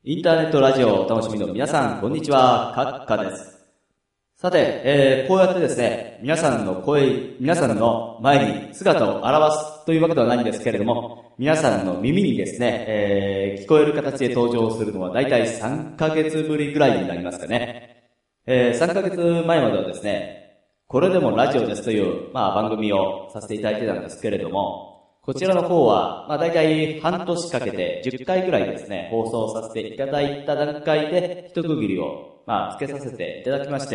インターネットラジオをお楽しみの皆さん、こんにちは、カッカです。さて、こうやってですね、皆さんの前に姿を現すというわけではないんですけれども、皆さんの耳にですね、聞こえる形で登場するのはだいたい3ヶ月ぶりぐらいになりますかね。3ヶ月前まではですね、これでもラジオですという、番組をさせていただいてたんですけれども、こちらの方は、だいたい半年かけて10回ぐらいですね、放送させていただいた段階で一区切りを、つけさせていただきまして、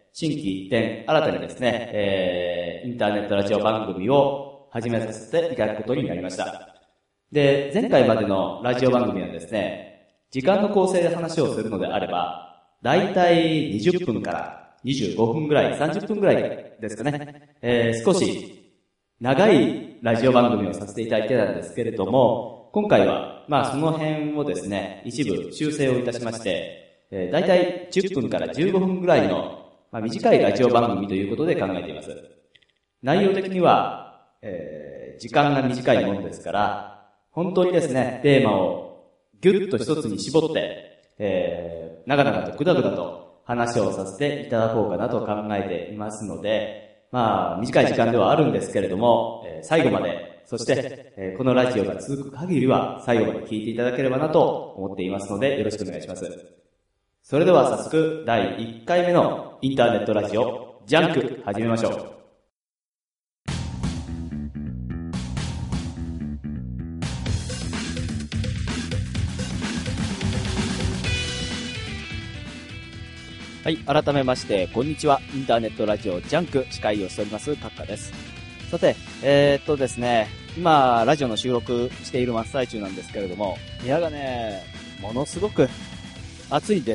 新規一転、新たにですね、インターネットラジオ番組を始めさせていただくことになりました。で、前回までのラジオ番組はですね、時間の構成で話をするのであれば、だいたい20分から25分ぐらい、30分ぐらいですかね、少し長いラジオ番組をさせていただいてたんですけれども、今回は、その辺をですね、一部修正をいたしまして、だいたい10分から15分ぐらいの、短いラジオ番組ということで考えています。内容的には、時間が短いものですから、本当にですね、テーマをギュッと一つに絞って、長々とグダグダと話をさせていただこうかなと考えていますので、短い時間ではあるんですけれども、最後まで、そして、このラジオが続く限りは最後まで聞いていただければなと思っていますので、よろしくお願いします。それでは早速、第1回目のインターネットラジオ、ジャンク、始めましょう。はい、改めまして、こんにちは。インターネットラジオジャンク、司会をしております、カッカです。さて、ですね、今、ラジオの収録している真っ最中なんですけれども、部屋がね、ものすごく暑いです。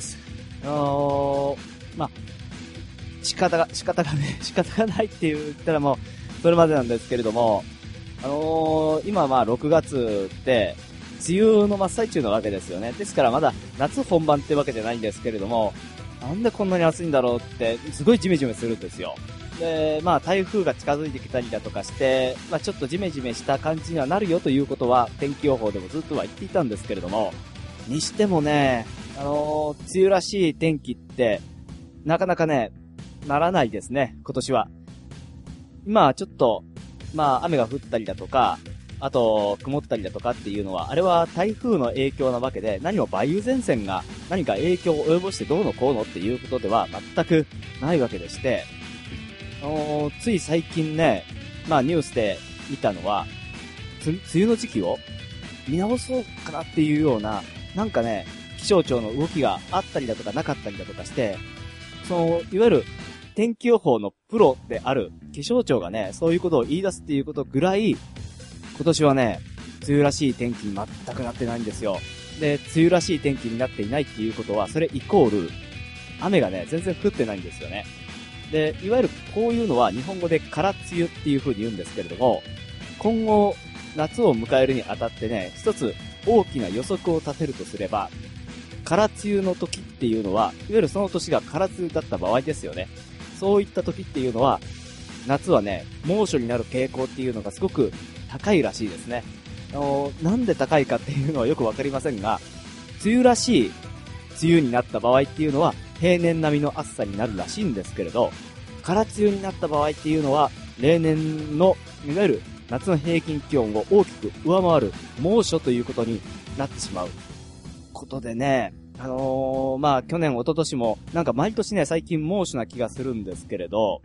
仕方がないって言ったらもう、それまでなんですけれども、今6月って、梅雨の真っ最中なわけですよね。ですからまだ夏本番ってわけじゃないんですけれども、なんでこんなに暑いんだろうって、すごいジメジメするんですよ。で、台風が近づいてきたりだとかして、ちょっとジメジメした感じにはなるよということは、天気予報でもずっとは言っていたんですけれども、にしてもね、梅雨らしい天気って、なかなかね、ならないですね、今年は。今、ちょっと、雨が降ったりだとか、あと、曇ったりだとかっていうのは、あれは台風の影響なわけで、何も梅雨前線が何か影響を及ぼしてどうのこうのっていうことでは全くないわけでして、つい最近ね、ニュースで見たのは、梅雨の時期を見直そうかなっていうような、なんかね、気象庁の動きがあったりだとかなかったりだとかして、いわゆる天気予報のプロである気象庁がね、そういうことを言い出すっていうことぐらい、今年はね、梅雨らしい天気に全くなってないんですよ。で、梅雨らしい天気になっていないっていうことは、それイコール、雨がね、全然降ってないんですよね。で、いわゆるこういうのは日本語で空梅雨っていう風に言うんですけれども、今後、夏を迎えるにあたってね、一つ大きな予測を立てるとすれば、空梅雨の時っていうのは、いわゆるその年が空梅雨だった場合ですよね。そういった時っていうのは、夏はね、猛暑になる傾向っていうのがすごく高いらしいですね。なんで高いかっていうのはよくわかりませんが、梅雨らしい梅雨になった場合っていうのは平年並みの暑さになるらしいんですけれど、空梅雨になった場合っていうのは例年のいわゆる夏の平均気温を大きく上回る猛暑ということになってしまうことでね、去年一昨年もなんか毎年ね最近猛暑な気がするんですけれど、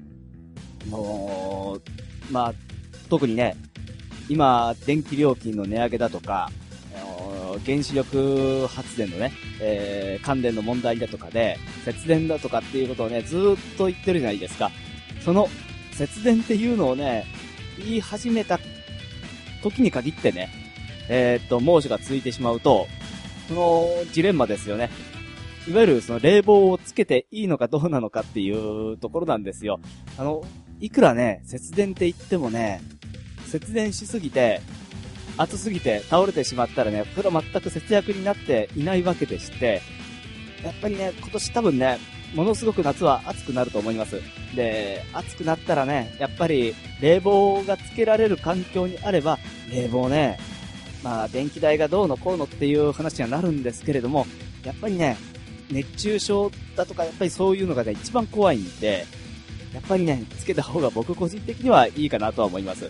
特にね今、電気料金の値上げだとか、原子力発電のね、関連の問題だとかで、節電だとかっていうことをね、ずーっと言ってるじゃないですか。その、節電っていうのをね、言い始めた時に限ってね、猛暑が続いてしまうと、そのジレンマですよね。いわゆるその冷房をつけていいのかどうなのかっていうところなんですよ。いくらね、節電って言ってもね、節電しすぎて、暑すぎて倒れてしまったらね、それは全く節約になっていないわけでして、やっぱりね、今年多分ね、ものすごく夏は暑くなると思います。で、暑くなったらね、やっぱり冷房がつけられる環境にあれば、冷房ね、電気代がどうのこうのっていう話にはなるんですけれども、 やっぱりね、熱中症だとか、やっぱりそういうのがね、一番怖いんで、やっぱりね、つけた方が僕個人的にはいいかなとは思います。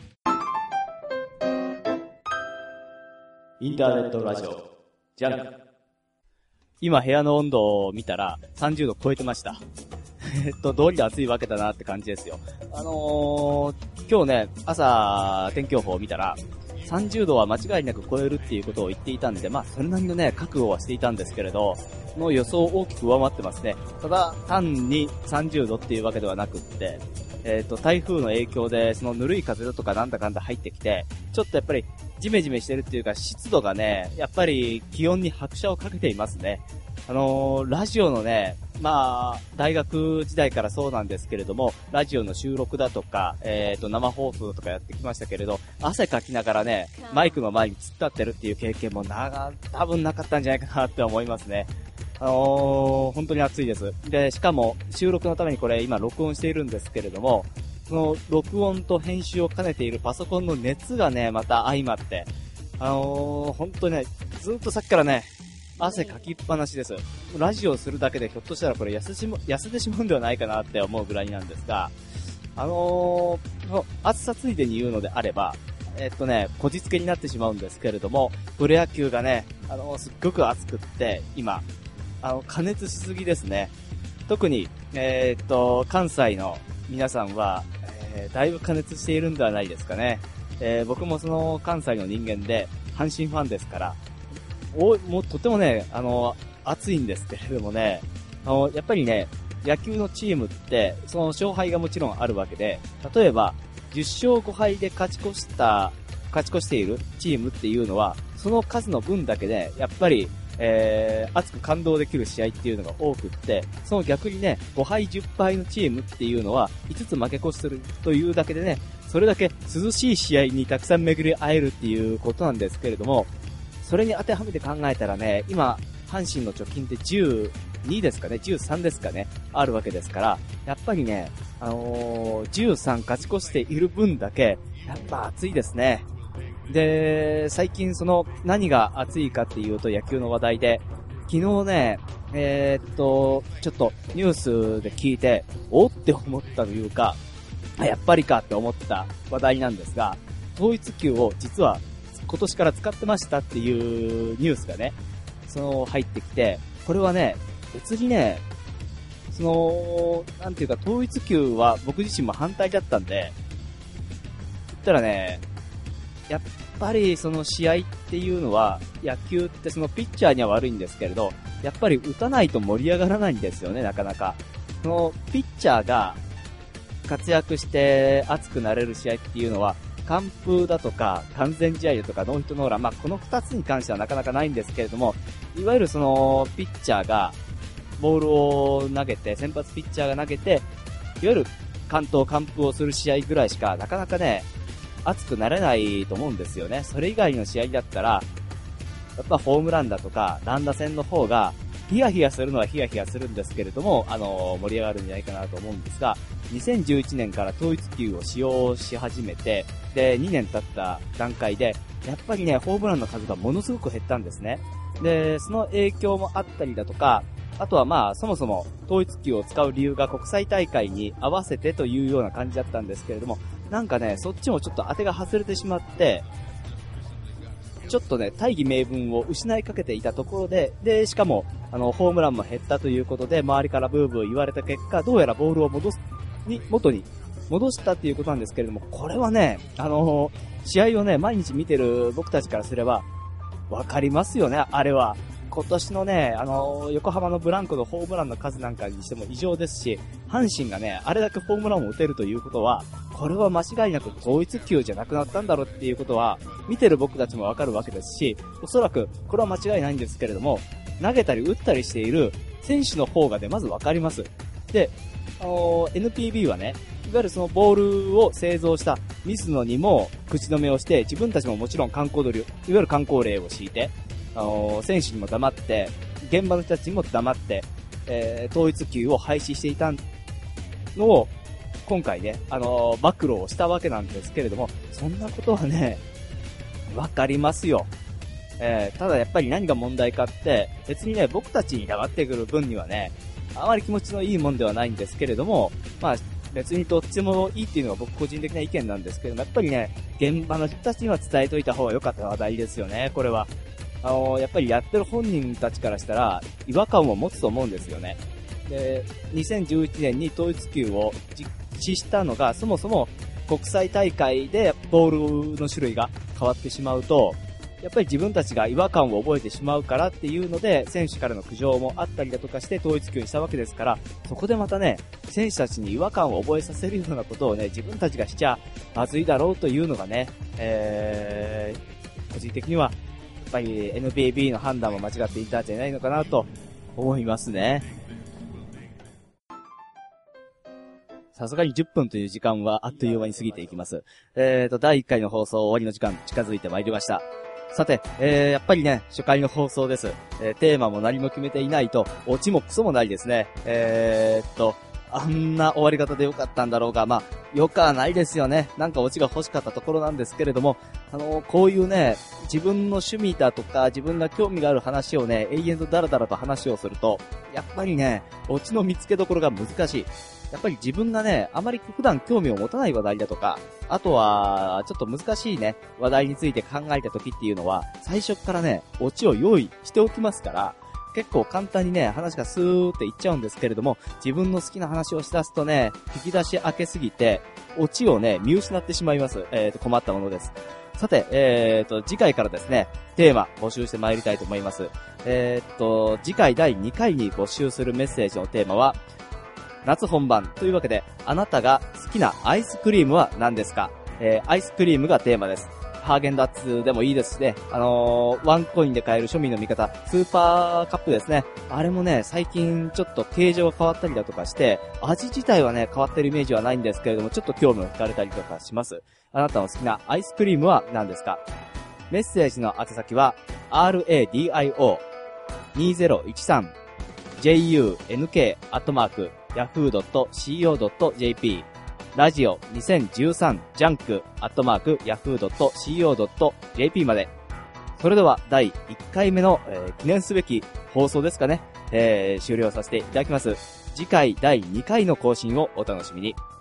インターネットラジオ、ジャンク。今部屋の温度を見たら30度超えてました。どうりで暑いわけだなって感じですよ。今日ね、朝天気予報を見たら、30度は間違いなく超えるっていうことを言っていたんで、まあそれなりのね、覚悟はしていたんですけれど、その予想を大きく上回ってますね。ただ、単に30度っていうわけではなくって、台風の影響で、そのぬるい風だとかなんだかんだ入ってきて、ちょっとやっぱりジメジメしてるっていうか、湿度がね、やっぱり気温に拍車をかけていますね。ラジオのね、まあ、大学時代からそうなんですけれども、ラジオの収録だとか、生放送とかやってきましたけれど、汗かきながらね、マイクの前に突っ立ってるっていう経験も多分なかったんじゃないかなって思いますね。本当に暑いです。で、しかも収録のためにこれ今録音しているんですけれども、その録音と編集を兼ねているパソコンの熱がね、また相まって、本当にね、ずっとさっきからね、汗かきっぱなしです。ラジオをするだけでひょっとしたらこれ痩せてしまうんではないかなって思うぐらいなんですが、暑さついでに言うのであれば、こじつけになってしまうんですけれども、プロ野球がね、すっごく暑くって、今、加熱しすぎですね。特に、関西の皆さんは、だいぶ加熱しているんではないですかね。僕もその関西の人間で、阪神ファンですから、もうとてもね、暑いんですけれどもね、やっぱりね、野球のチームって、その勝敗がもちろんあるわけで、例えば、10勝5敗で勝ち越しているチームっていうのは、その数の分だけで、やっぱり、熱く感動できる試合っていうのが多くって、その逆にね、5敗10敗のチームっていうのは、5つ負け越しするというだけでね、それだけ涼しい試合にたくさん巡り会えるっていうことなんですけれども、それに当てはめて考えたらね、今、阪神の貯金って12ですかね、13ですかね、あるわけですから、やっぱりね、13勝ち越している分だけ、やっぱ暑いですね。で、最近何が暑いかっていうと野球の話題で、昨日ね、ちょっとニュースで聞いて、おって思ったというか、やっぱりかって思った話題なんですが、統一球を実は今年から使ってましたっていうニュースがね、入ってきて、これはね、別にね、なんていうか統一球は僕自身も反対だったんで、言ったらね、やっぱりその試合っていうのは、野球ってそのピッチャーには悪いんですけれど、やっぱり打たないと盛り上がらないんですよね、なかなか。そのピッチャーが活躍して熱くなれる試合っていうのは、完封だとか完全試合だとかノーヒットノーラン、まあこの2つに関してはなかなかないんですけれども、いわゆるそのピッチャーがボールを投げて、先発ピッチャーが投げて、いわゆる完投完封をする試合ぐらいしかなかなかね、熱くなれないと思うんですよね。それ以外の試合だったら、やっぱホームランだとか乱打戦の方がヒヤヒヤするのはヒヤヒヤするんですけれども、盛り上がるんじゃないかなと思うんですが、2011年から統一球を使用し始めて、で、2年経った段階で、やっぱりね、ホームランの数がものすごく減ったんですね。で、その影響もあったりだとか、あとはまあ、そもそも統一球を使う理由が国際大会に合わせてというような感じだったんですけれども、なんかね、そっちもちょっと当てが外れてしまって、ちょっとね、大義名分を失いかけていたところで、で、しかも、ホームランも減ったということで、周りからブーブー言われた結果、どうやらボールを元に戻したっていうことなんですけれども、これはね、試合をね、毎日見てる僕たちからすれば、わかりますよね、あれは。今年のね、横浜のブランコのホームランの数なんかにしても異常ですし、阪神がね、あれだけホームランを打てるということは、これは間違いなく統一球じゃなくなったんだろうっていうことは、見てる僕たちもわかるわけですし、おそらく、これは間違いないんですけれども、投げたり打ったりしている選手の方がね、まずわかります。で、NPB はね、いわゆるそのボールを製造した水野にも口止めをして、自分たちももちろん観光鳥を、いわゆる観光令を敷いて、選手にも黙って、現場の人たちにも黙って、統一球を廃止していたのを、今回ね、暴露をしたわけなんですけれども、そんなことはね、わかりますよ。 ただやっぱり何が問題かって、別にね、僕たちに黙ってくる分にはね、あまり気持ちのいいもんではないんですけれども、まあ、別にどっちもいいっていうのが僕個人的な意見なんですけども、やっぱりね、現場の人たちには伝えといた方が良かった話題ですよね、これは。やっぱりやってる本人たちからしたら、違和感を持つと思うんですよね。で、2011年に統一球を実施したのが、そもそも国際大会でボールの種類が変わってしまうと、やっぱり自分たちが違和感を覚えてしまうからっていうので、選手からの苦情もあったりだとかして統一球にしたわけですから、そこでまたね、選手たちに違和感を覚えさせるようなことをね、自分たちがしちゃまずいだろうというのがね、個人的には、やっぱり NPB の判断も間違っていたんじゃないのかなと思いますね。さすがに10分という時間はあっという間に過ぎていきます。第1回の放送終わりの時間近づいてまいりました。さて、やっぱりね、初回の放送です。テーマも何も決めていないと、オチもクソもないですね。あんな終わり方でよかったんだろうが、まあ、よくはないですよね。なんかオチが欲しかったところなんですけれども、こういうね、自分の趣味だとか、自分が興味がある話をね、永遠とダラダラと話をすると、やっぱりね、オチの見つけどころが難しい。やっぱり自分がね、あまり普段興味を持たない話題だとか、あとは、ちょっと難しいね、話題について考えた時っていうのは、最初からね、オチを用意しておきますから、結構簡単にね、話がスーっていっちゃうんですけれども、自分の好きな話をしだすとね、引き出し開けすぎて、オチをね、見失ってしまいます。困ったものです。さて、次回からですね、テーマ募集して参りたいと思います。次回第2回に募集するメッセージのテーマは、夏本番というわけで、あなたが好きなアイスクリームは何ですか？アイスクリームがテーマです。ハーゲンダッツでもいいですしね、ワンコインで買える庶民の味方、スーパーカップですね。あれもね、最近ちょっと形状が変わったりだとかして、味自体はね、変わってるイメージはないんですけれども、ちょっと興味を惹かれたりとかします。あなたの好きなアイスクリームは何ですか？メッセージの宛先は、radio2013junk@yahoo.co.jp ラジオ2013ジャンク@yahoo.co.jp まで。それでは第1回目の、記念すべき放送ですかね、終了させていただきます。次回第2回の更新をお楽しみに。